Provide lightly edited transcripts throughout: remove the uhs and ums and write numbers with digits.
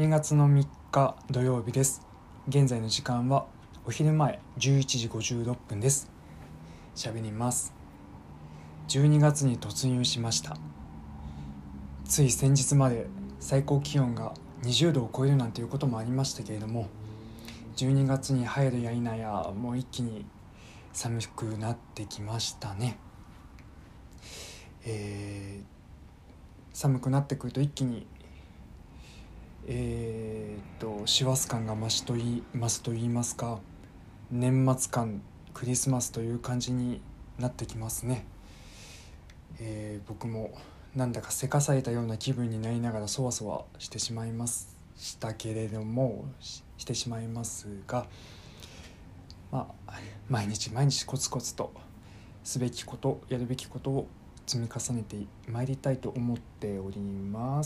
12月の3日土曜日です。現在の時間はお昼前11時56分です。喋ります。12月に突入しました。つい先日まで最高気温が20度を超えるなんていうこともありましたけれども、12月に入るや否やもう一気に寒くなってきましたね。寒くなってくると一気に師走感が増すと言いますか、年末感、クリスマスという感じになってきますね。僕もなんだかせかされたような気分になりながらそわそわしてしまいましたけれどもしてしまいますが、毎日コツコツとすべきこと、やるべきことを積み重ねてまいりたいと思っております。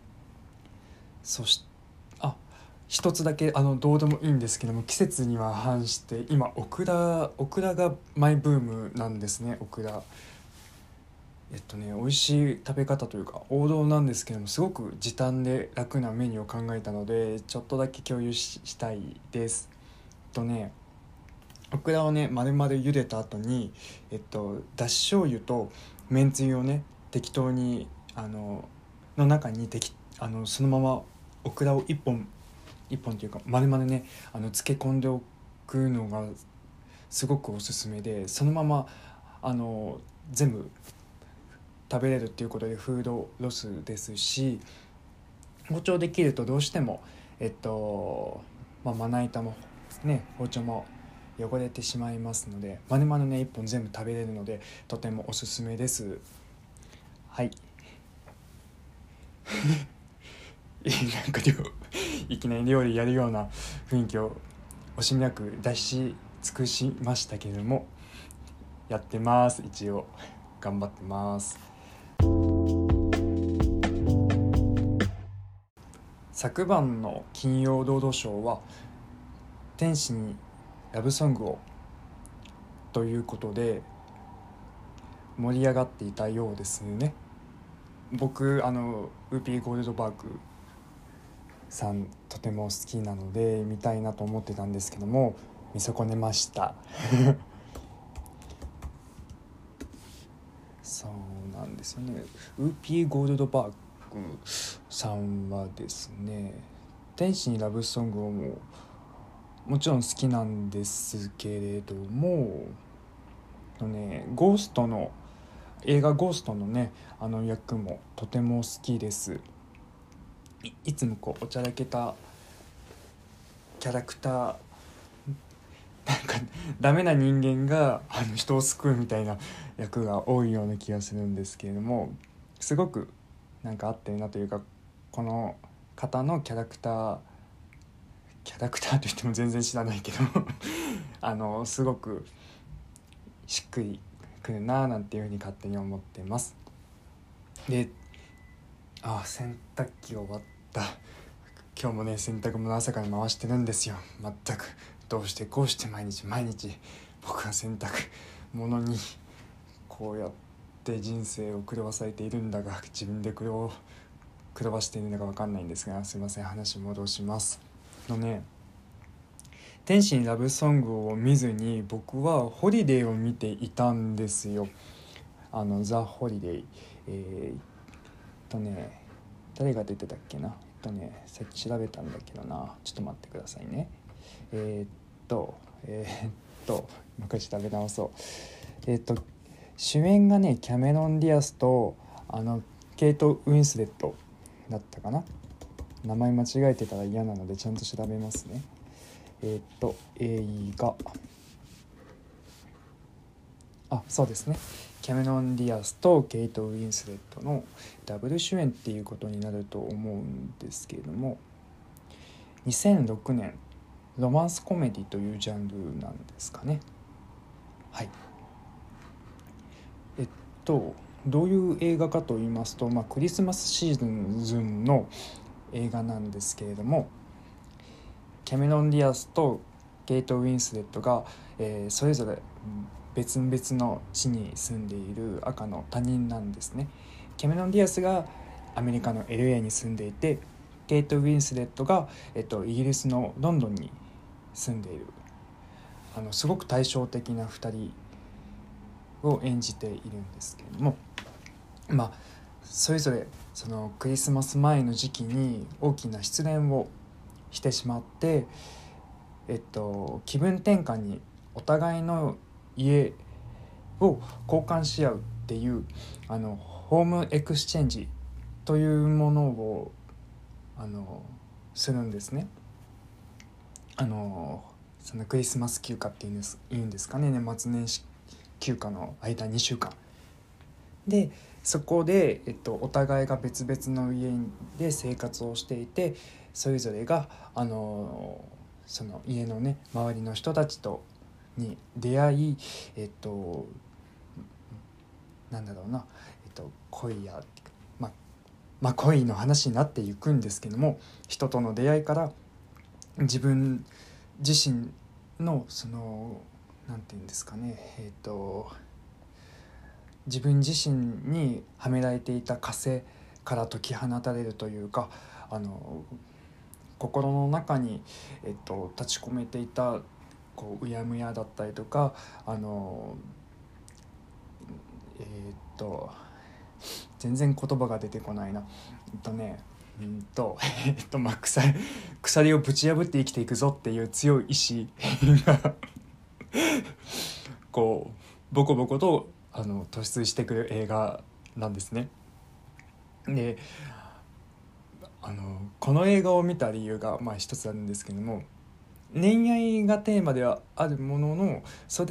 一つだけどうでもいいんですけども、季節には反して今オクラがマイブームなんですね。オクラ美味しい食べ方というか王道なんですけども、すごく時短で楽なメニューを考えたのでちょっとだけ共有したいです。オクラをね丸々茹でた後にだし醤油とめんつゆをね適当にの中にそのままオクラを一本というか丸々ね漬け込んでおくのがすごくおすすめで、そのまま全部食べれるっていうことでフードロスですし、包丁で切るとどうしてもまな板もね包丁も汚れてしまいますので、丸々ね一本全部食べれるのでとてもおすすめです。はいなんかいきなり料理やるような雰囲気を惜しみなく出し尽くしましたけれども、やってます。一応頑張ってます。昨晩の金曜ロードショーは天使にラブソングをということで盛り上がっていたようですね。僕ウーピーゴールドバーグさんとても好きなので見たいなと思ってたんですけども、見損ねましたそうなんですよね。ウーピーゴールドバーグさんはですね、天使にラブソングをもちろん好きなんですけれどもゴーストの映画ゴーストのね役もとても好きです。いつもおちゃらけたキャラクター、なんかダメな人間が人を救うみたいな役が多いような気がするんですけれども、すごく合ってるなというか、この方のキャラクターといっても全然知らないけどすごくしっくりくるななんていうふうに勝手に思ってます。で洗濯機終わった。今日もね洗濯物朝から回してるんですよ。全くどうしてこうして毎日僕は洗濯物にこうやって人生を狂わされているんだが、自分で狂わしているのか分かんないんですが、すいません、話戻します天使にラブソングを見ずに僕はホリデーを見ていたんですよ。ザ・ホリデー誰が出てたっけな。さっき調べたんだけどな、ちょっと待ってくださいね。もう一回調べ直そう。主演がねキャメロン・ディアスとケイト・ウィンスレットだったかな。名前間違えてたら嫌なのでちゃんと調べますね。映画そうですね、キャメロン・ディアスとケイト・ウィンスレットのダブル主演っていうことになると思うんですけれども、2006年ロマンスコメディというジャンルなんですかね。はいどういう映画かと言いますと、クリスマスシーズンの映画なんですけれども、キャメロン・ディアスとケイト・ウィンスレットが、それぞれ別々の地に住んでいる赤の他人なんですね。キャメロン・ディアスがアメリカの LA に住んでいて、 ケイト・ウィンスレットが、イギリスのロンドンに住んでいるすごく対照的な2人を演じているんですけれども、それぞれそのクリスマス前の時期に大きな失恋をしてしまって、気分転換にお互いの家を交換し合うっていうホームエクスチェンジというものをするんですね。そのクリスマス休暇っていうんですかね、年末年始休暇の間2週間で、そこで、お互いが別々の家で生活をしていて、それぞれがその家のね周りの人たちとに出会い、なんだろうな、恋や、恋の話になっていくんですけども、人との出会いから自分自身のそのなんていうんですかね、自分自身にはめられていた枷から解き放たれるというか、心の中に、立ち込めていたうやむやだったりとか、全然言葉が出てこないな。鎖をぶち破って生きていくぞっていう強い意志がボコボコと突出してくる映画なんですね。でこの映画を見た理由が一つあるんですけども、恋愛がテーマではあるものの、そ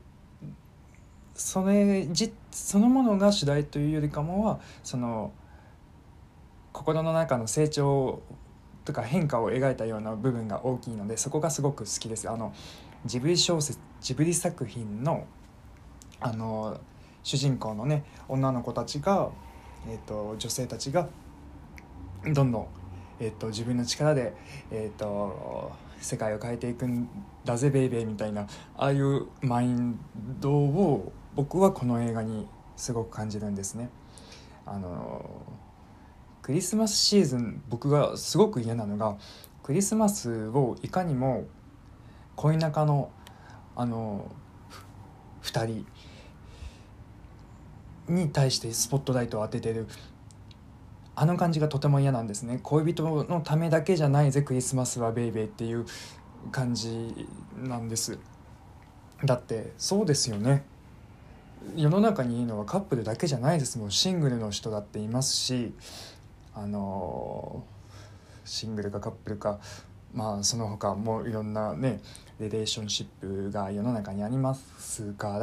のものが主題というよりかもは、その心の中の成長とか変化を描いたような部分が大きいので、そこがすごく好きです。ジブリ作品の主人公のね女の子たちが、女性たちがどんどん、自分の力で、世界を変えていくんだぜベイベーみたいな、ああいうマインドを僕はこの映画にすごく感じるんですね。クリスマスシーズン、僕がすごく嫌なのが、クリスマスをいかにも恋仲の2人に対してスポットライトを当ててる感じがとても嫌なんですね。恋人のためだけじゃないぜクリスマスはベイベーっていう感じなんです。だってそうですよね、世の中にいいのはカップルだけじゃないですもん。シングルの人だっていますし、シングルかカップルか、その他もいろんなねリレーションシップが世の中にありますから、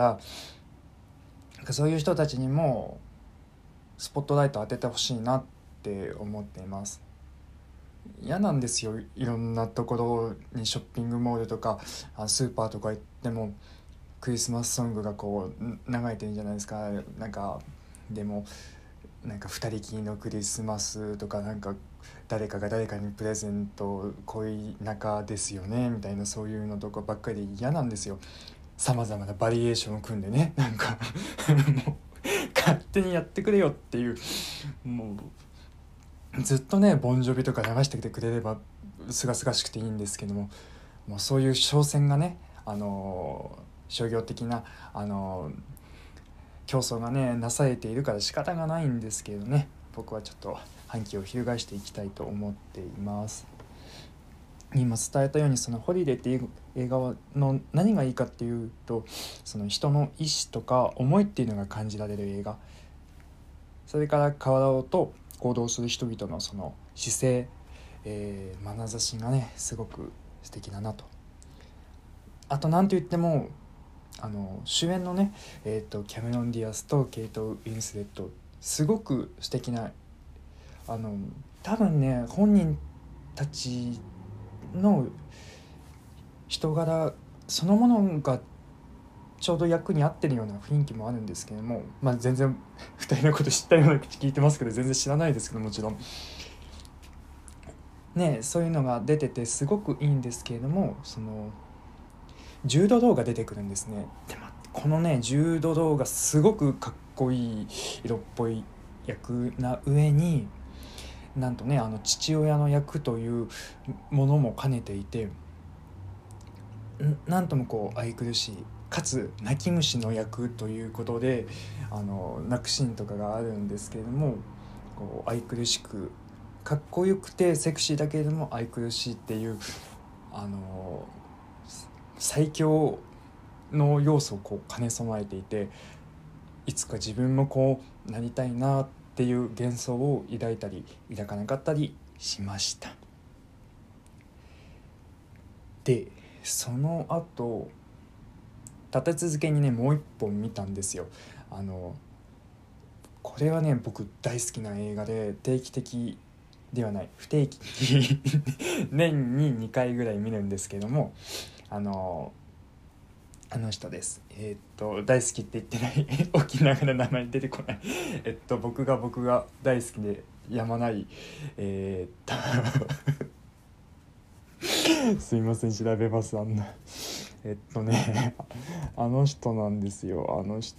そういう人たちにもスポットライト当ててほしいなって思っています。嫌なんですよ、いろんなところにショッピングモールとかスーパーとか行ってもクリスマスソングが流れてるんじゃないですか。でも二人きりのクリスマスとか、誰かが誰かにプレゼント、恋仲ですよねみたいな、そういうのとかばっかり嫌なんですよ。さまざまなバリエーションを組んでね、もう勝手にやってくれよっていう、もうずっとねボンジョビとか流してきてくれればすがすがしくていいんですけども、もうそういう商戦がね、商業的な競争がねなされているから仕方がないんですけどね、僕はちょっと反旗を翻していきたいと思っています。今伝えたように、そのホリデーっていう映画の何がいいかっていうと、その人の意志とか思いっていうのが感じられる映画、それから変わろうと行動する人々のその姿勢、眼差しがねすごく素敵だなと。あとなんと言っても主演のね、キャメロン・ディアスとケイト・ウィンスレット、すごく素敵な多分ね本人たちの人柄そのものがちょうど役に合ってるような雰囲気もあるんですけども、全然2人のこと知ったような口聞いてますけど全然知らないですけど、もちろんねそういうのが出ててすごくいいんですけれども、そのジュード・ローが出てくるんですね。でもこのねジュード・ローがすごくかっこいい色っぽい役な上に、 なんとね父親の役というものも兼ねていて、なんともこう愛くるしいかつ泣き虫の役ということで泣くシーンとかがあるんですけれども、こう愛くるしくかっこよくてセクシーだけれども愛くるしいっていう最強の要素をこう兼ね備えていて、いつか自分もこうなりたいなっていう幻想を抱いたり抱かなかったりしました。でその後立て続けにねもう一本見たんですよ。これはね僕大好きな映画で、定期的ではない不定期に年に2回ぐらい見るんですけども、あの人です。大好きって言ってない沖縄の名前出てこない僕が大好きでやまないすいません調べます。あの人なんですよ。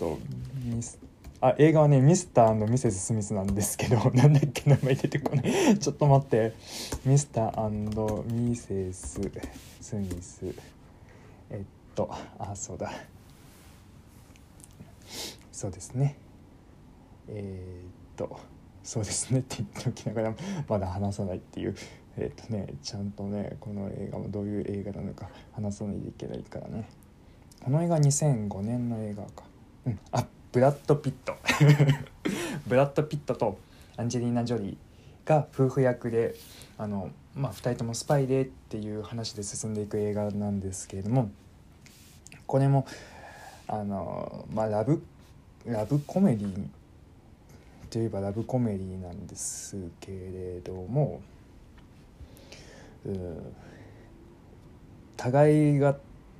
映画はねミスター&ミセス・スミスなんですけどなんだっけ名前出てこないちょっと待って。ミスター&ミセス・スミスそうだそうですねそうですねって言っておきながらまだ話さないっていうちゃんとねこの映画もどういう映画なのか話さないといけないからね。この映画2005年の映画か。ブラッド・ピットブラッド・ピットとアンジェリーナ・ジョリーが夫婦役で2人ともスパイでっていう話で進んでいく映画なんですけれども、これもラブコメディといえばラブコメディなんですけれども、互いが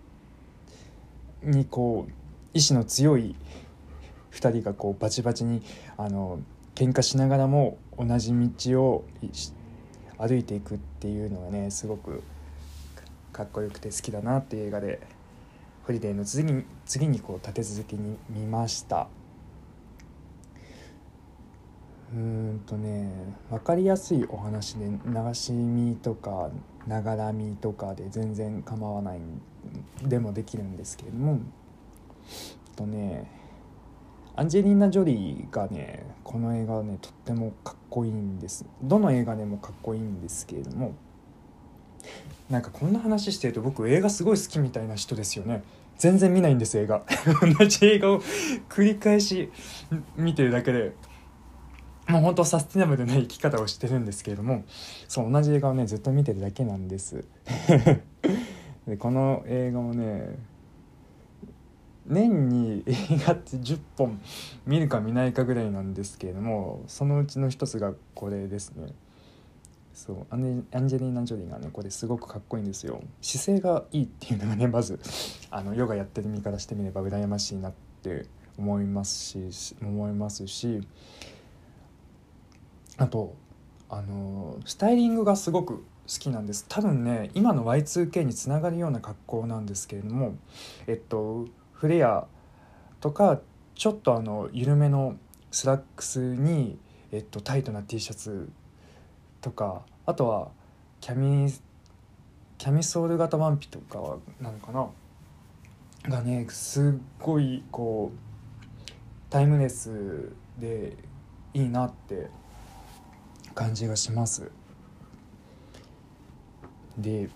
にこう意志の強い2人がこうバチバチに喧嘩しながらも同じ道を歩いていくっていうのがねすごくかっこよくて好きだなっていう映画で、ホリデーの次にこう立て続けに見ました。分かりやすいお話で流し見とかながら見とかで全然構わないでもできるんですけれども、アンジェリーナ・ジョリーがねこの映画はねとってもかっこいいんです。どの映画でもかっこいいんですけれども、なんかこんな話してると僕映画すごい好きみたいな人ですよね。全然見ないんです映画同じ映画を繰り返し見てるだけでもう本当サスティナブルな生き方をしてるんですけれども、そう同じ映画をねずっと見てるだけなんですでこの映画もね年に映画って10本見るか見ないかぐらいなんですけれども、そのうちの一つがこれですね。そうアンジェリーナ・ジョリーがねこれすごくかっこいいんですよ。姿勢がいいっていうのがねまずヨガやってる身からしてみれば羨ましいなって思いますし、あとスタイリングがすごく好きなんです。多分ね今の Y2K につながるような格好なんですけれども、フレアとかちょっと緩めのスラックスに、タイトな T シャツとか、あとはキャミソール型ワンピとかなのかながねすっごいこうタイムレスでいいなって感じがします。で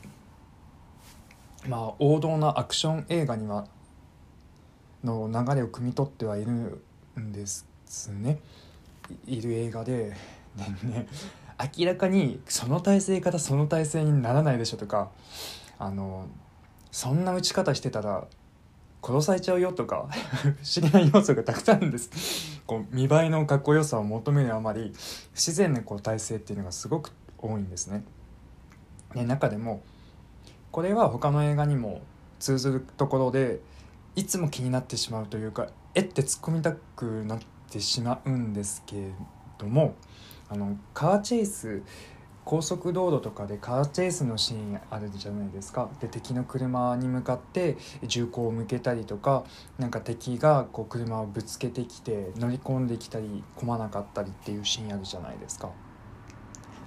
王道なアクション映画にはの流れを汲み取ってはいるんですね。いる映画でね明らかにその体勢からその体勢にならないでしょとかそんな打ち方してたら殺されちゃうよとか不思議な要素がたくさんあるんです。こう見栄えのかっこよさを求めるあまり不自然なこう体勢っていうのがすごく多いんですね。で中でもこれは他の映画にも通ずるところでいつも気になってしまうというかって突っ込みたくなってしまうんですけれども、カーチェイス高速道路とかでカーチェイスのシーンあるじゃないですか。で敵の車に向かって銃口を向けたりとか、なんか敵がこう車をぶつけてきて乗り込んできたり込まなかったりっていうシーンあるじゃないですか。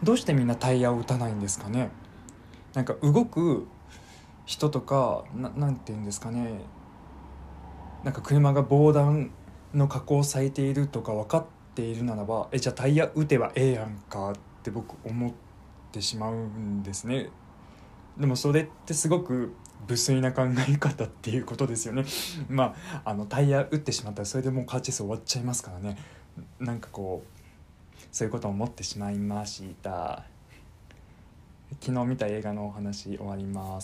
どうしてみんなタイヤを打たないんですかね。なんか動く人とかなんていうんですかね、なんか車が防弾の加工されているとか分かっているならば、じゃあタイヤ打てばええやんかって僕思ってしまうんですね。でもそれってすごく無粋な考え方っていうことですよね。タイヤ打ってしまったらそれでもうカーチェイス終わっちゃいますからね。なんかこうそういうことを思ってしまいました。昨日見た映画のお話終わります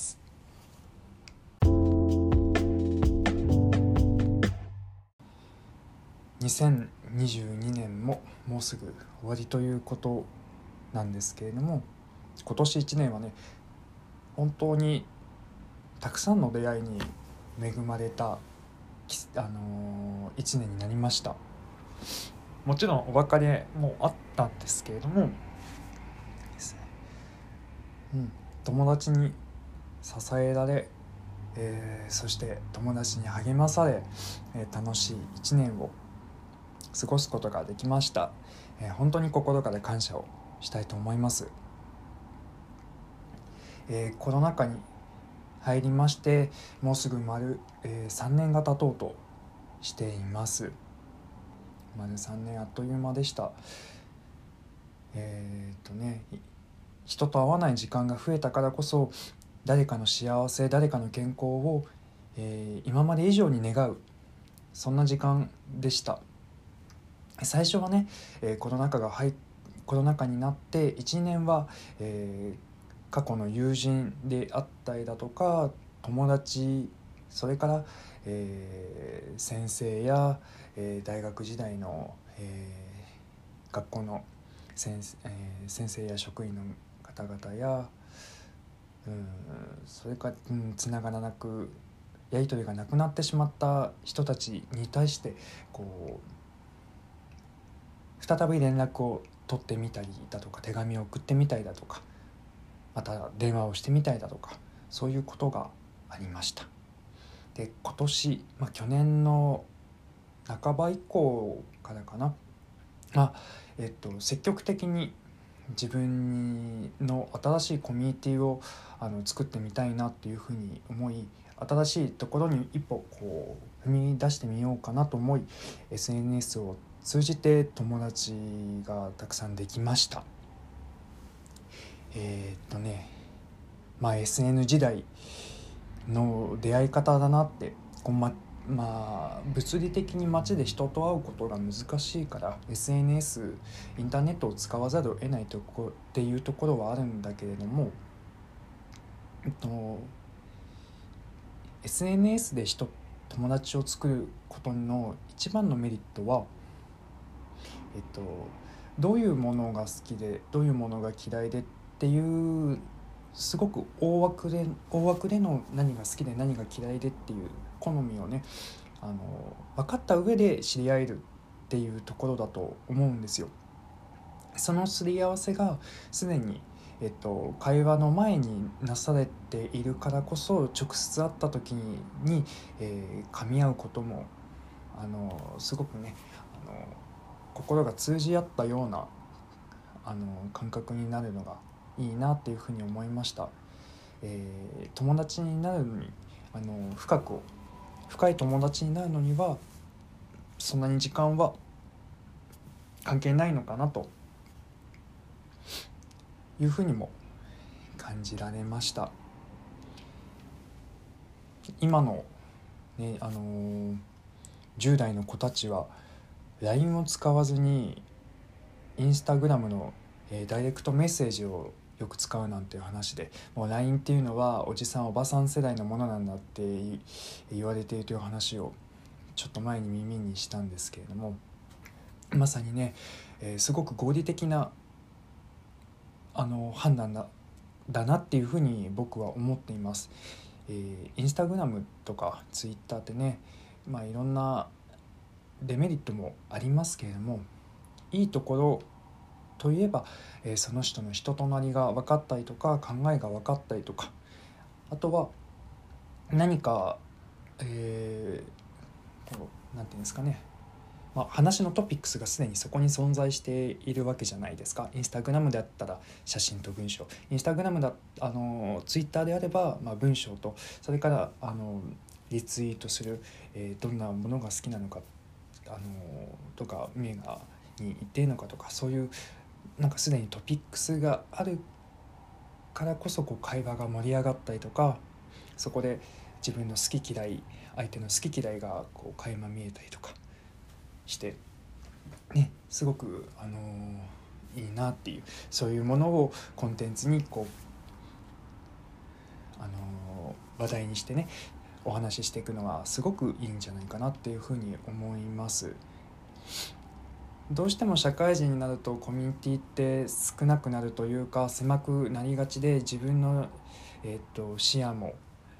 。2022年ももうすぐ終わりということなんですけれども、今年1年はね、本当にたくさんの出会いに恵まれた、1年になりました。もちろんお別れもあったんですけれどもですね、友達に支えられ、そして友達に励まされ、楽しい1年を過ごすことができました。本当に心から感謝をしたいと思います。コロナ禍に入りましてもうすぐ3年が経とうとしています。丸3年あっという間でした。人と会わない時間が増えたからこそ、誰かの幸せ、誰かの健康を、今まで以上に願う、そんな時間でした。最初はね、コロナ禍になって1年は、過去の友人であったりだとか友達、それから、先生や、大学時代の、学校の先生や職員の方々や、それからつながらなくやり取りがなくなってしまった人たちに対してこう再び連絡を取ってみたりだとか、手紙を送ってみたりだとか、また電話をしてみたりだとか、そういうことがありました。で、今年、去年の半ば以降からかな、積極的に自分の新しいコミュニティを作ってみたいなっていうふうに思い、新しいところに一歩こう踏み出してみようかなと思い、 SNS を通じて友達がたくさんできました。SN 時代の出会い方だなって、物理的に街で人と会うことが難しいから SNS インターネットを使わざるを得ないっていうところはあるんだけれども、SNS で友達を作ることの一番のメリットは、どういうものが好きでどういうものが嫌いでっていう、すごく大枠での何が好きで何が嫌いでっていう好みをね、分かった上で知り合えるっていうところだと思うんですよ。そのすり合わせがすでに、会話の前になされているからこそ、直接会った時に、噛み合うこともすごくね、心が通じ合ったような感覚になるのがいいなっていうふうに思いました。友達になるのに深い友達になるのにはそんなに時間は関係ないのかなというふうにも感じられました。今の、ね、10代の子たちは LINE を使わずにインスタグラムの、ダイレクトメッセージをよく使うなんていう話で、もう LINE っていうのはおじさんおばさん世代のものなんだって言われているという話をちょっと前に耳にしたんですけれども、まさにね、すごく合理的な判断だなっていうふうに僕は思っています。インスタグラムとかツイッターってね、いろんなデメリットもありますけれども、いいところといえば、その人の人となりが分かったりとか、考えが分かったりとか、あとは何か、なんていうんですかね、 話のトピックスがすでにそこに存在しているわけじゃないですか。インスタグラムであったら写真と文章、インスタグラムツイッターであれば、文章と、それからリツイートする、どんなものが好きなのか、とか名画に行っているのかとか、そういうなんかすでにトピックスがあるからこそ会話が盛り上がったりとか、そこで自分の好き嫌い、相手の好き嫌いが垣間見えたりとかしてね、すごくいいなっていう、そういうものをコンテンツに話題にしてね、お話ししていくのはすごくいいんじゃないかなっていうふうに思います。どうしても社会人になるとコミュニティって少なくなるというか、狭くなりがちで、自分の、視野も、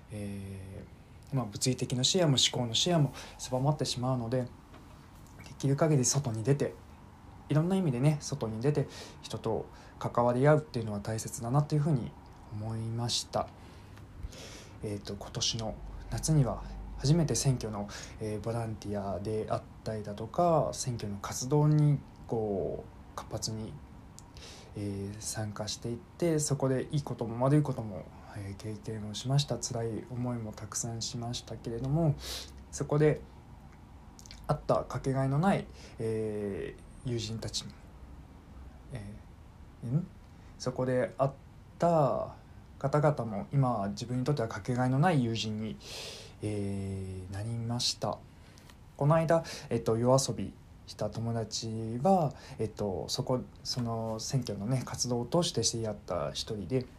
物理的な視野も思考の視野も狭まってしまうので、できる限り外に出て、いろんな意味でね、外に出て人と関わり合うっていうのは大切だなというふうに思いました。今年の夏には初めて選挙の、ボランティアであったりだとか、選挙の活動に活発に、参加していって、そこでいいことも悪いことも、経験をしました。辛い思いもたくさんしましたけれども、そこであったかけがえのない、友人たちに、そこで会った方々も今自分にとってはかけがえのない友人に、なりました。この間、夜遊びした友達は、その選挙のね活動を通して知り合った一人で、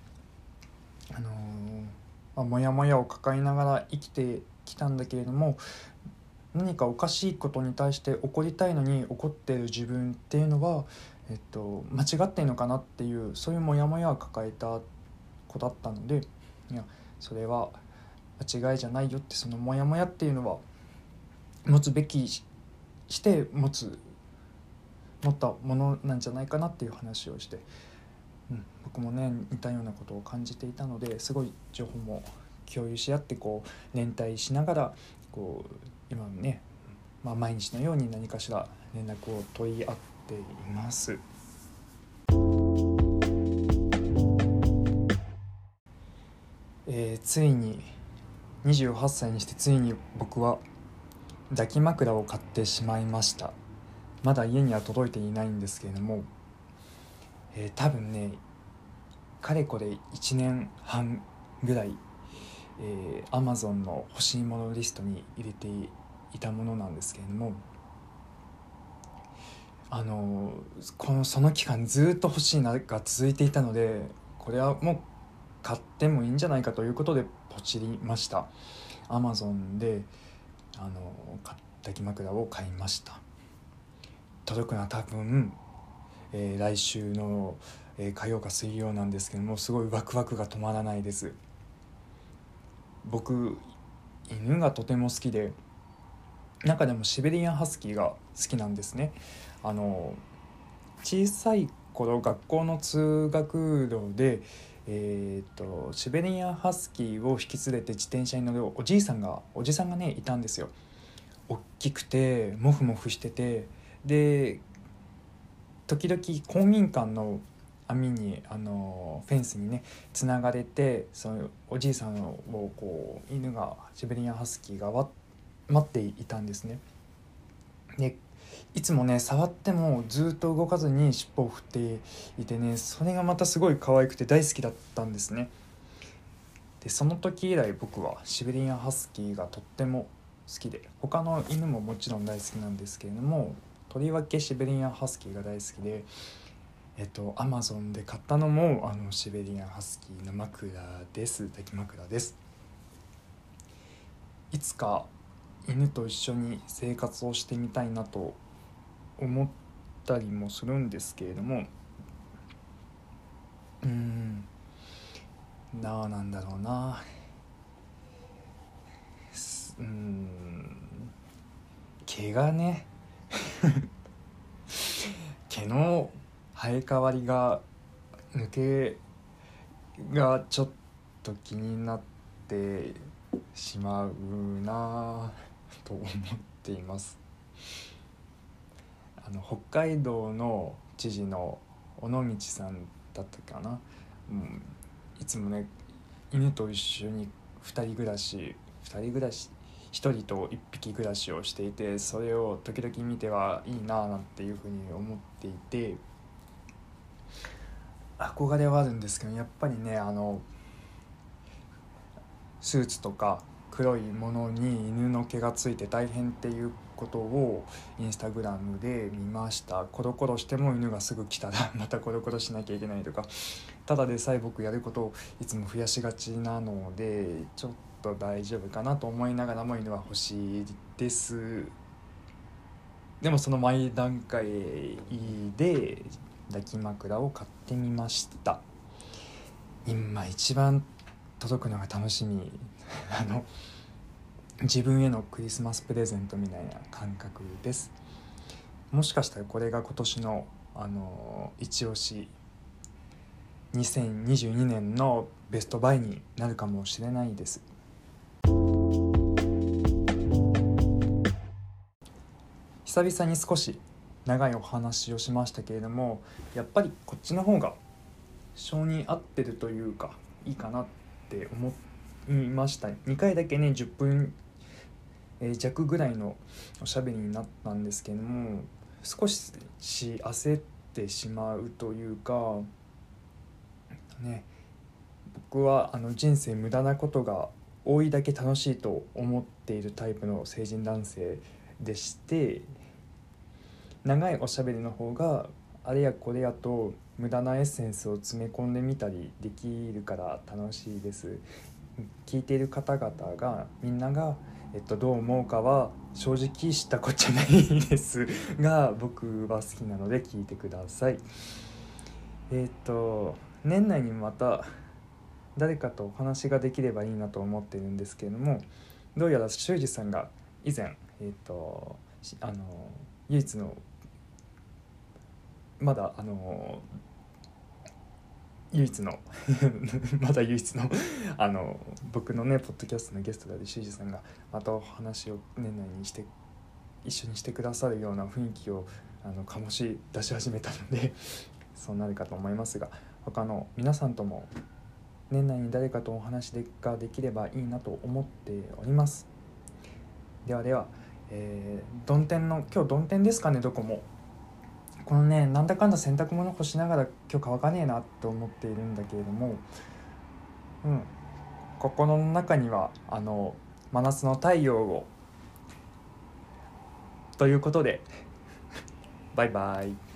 モヤモヤを抱えながら生きてきたんだけれども、何かおかしいことに対して怒りたいのに怒っている自分っていうのは、間違っているのかなっていう、そういうモヤモヤを抱えた子だったので、いやそれは間違いじゃないよって、そのモヤモヤっていうのは持つべきして持ったものなんじゃないかなっていう話をして、僕もね似たようなことを感じていたので、すごい情報も共有し合って連帯しながら今ね、毎日のように何かしら連絡を取り合っています。ついに28歳にしてついに僕は抱き枕を買ってしまいました。まだ家には届いていないんですけれども、多分ねかれこれ1年半ぐらい、Amazon の欲しいものリストに入れていたものなんですけれども、その期間ずっと欲しいなが続いていたので、これはもう買ってもいいんじゃないかということでポチりました。 Amazon で抱き枕を買いました。届くのは多分、来週の、火曜か水曜なんですけども、すごいワクワクが止まらないです。僕犬がとても好きで、中でもシベリアンハスキーが好きなんですね。小さい頃学校の通学路で、シベリアンハスキーを引き連れて自転車に乗るおじさんがねいたんですよ。大きくてモフモフしてて、で時々公民館の網にフェンスにねつながれて、そのおじいさんを犬がシベリアンハスキーが待っていたんですね。でいつもね触ってもずっと動かずに尻尾を振っていてね、それがまたすごい可愛くて大好きだったんですね。でその時以来僕はシベリアンハスキーがとっても好きで、他の犬ももちろん大好きなんですけれども、とりわけシベリアンハスキーが大好きで、Amazon で買ったのもシベリアンハスキーの枕です。抱き枕です。いつか犬と一緒に生活をしてみたいなと思ったりもするんですけれども、なんだろうな、毛がね毛の生え変わりが抜けがちょっと気になってしまうなと思っています。 北海道の知事の尾道さんだったかな、いつもね犬と一緒に2人暮らし1人と1匹暮らしをしていて、それを時々見てはいいななんていうふうに思っていて、憧れはあるんですけど、やっぱりねスーツとか黒いものに犬の毛がついて大変っていうことをインスタグラムで見ました。コロコロしても犬がすぐ来たらまたコロコロしなきゃいけないとか、ただでさえ僕やることをいつも増やしがちなので、ちょっと大丈夫かなと思いながらも犬は欲しいです。でもその前段階で抱き枕を買ってみました。今一番届くのが楽しみ自分へのクリスマスプレゼントみたいな感覚です。もしかしたらこれが今年の一押し2022年のベストバイになるかもしれないです。久々に少し長いお話をしましたけれども、やっぱりこっちの方が性に合ってるというかいいかなって思いました。2回だけね10分弱ぐらいのおしゃべりになったんですけども、少し焦ってしまうというかね、僕は人生無駄なことが多いだけ楽しいと思っているタイプの成人男性でして、長いおしゃべりの方があれやこれやと無駄なエッセンスを詰め込んでみたりできるから楽しいです。聞いている方々がみんながどう思うかは正直知ったこっちゃないですが、僕は好きなので聞いてください。年内にまた誰かとお話ができればいいなと思っているんですけれども、どうやら修二さんが以前唯一のまだ唯一のまだ唯一の僕のねポッドキャストのゲストである修二さんがまたお話を年内に一緒にしてくださるような雰囲気を醸し出し始めたのでそうなるかと思いますが、他の皆さんとも年内に誰かとお話ができればいいなと思っております。ではでは、今日曇天ですかね。どこもこのね、なんだかんだ洗濯物干しながら今日乾かねえなって思っているんだけれども、心の中には真夏の太陽をということでバイバイ。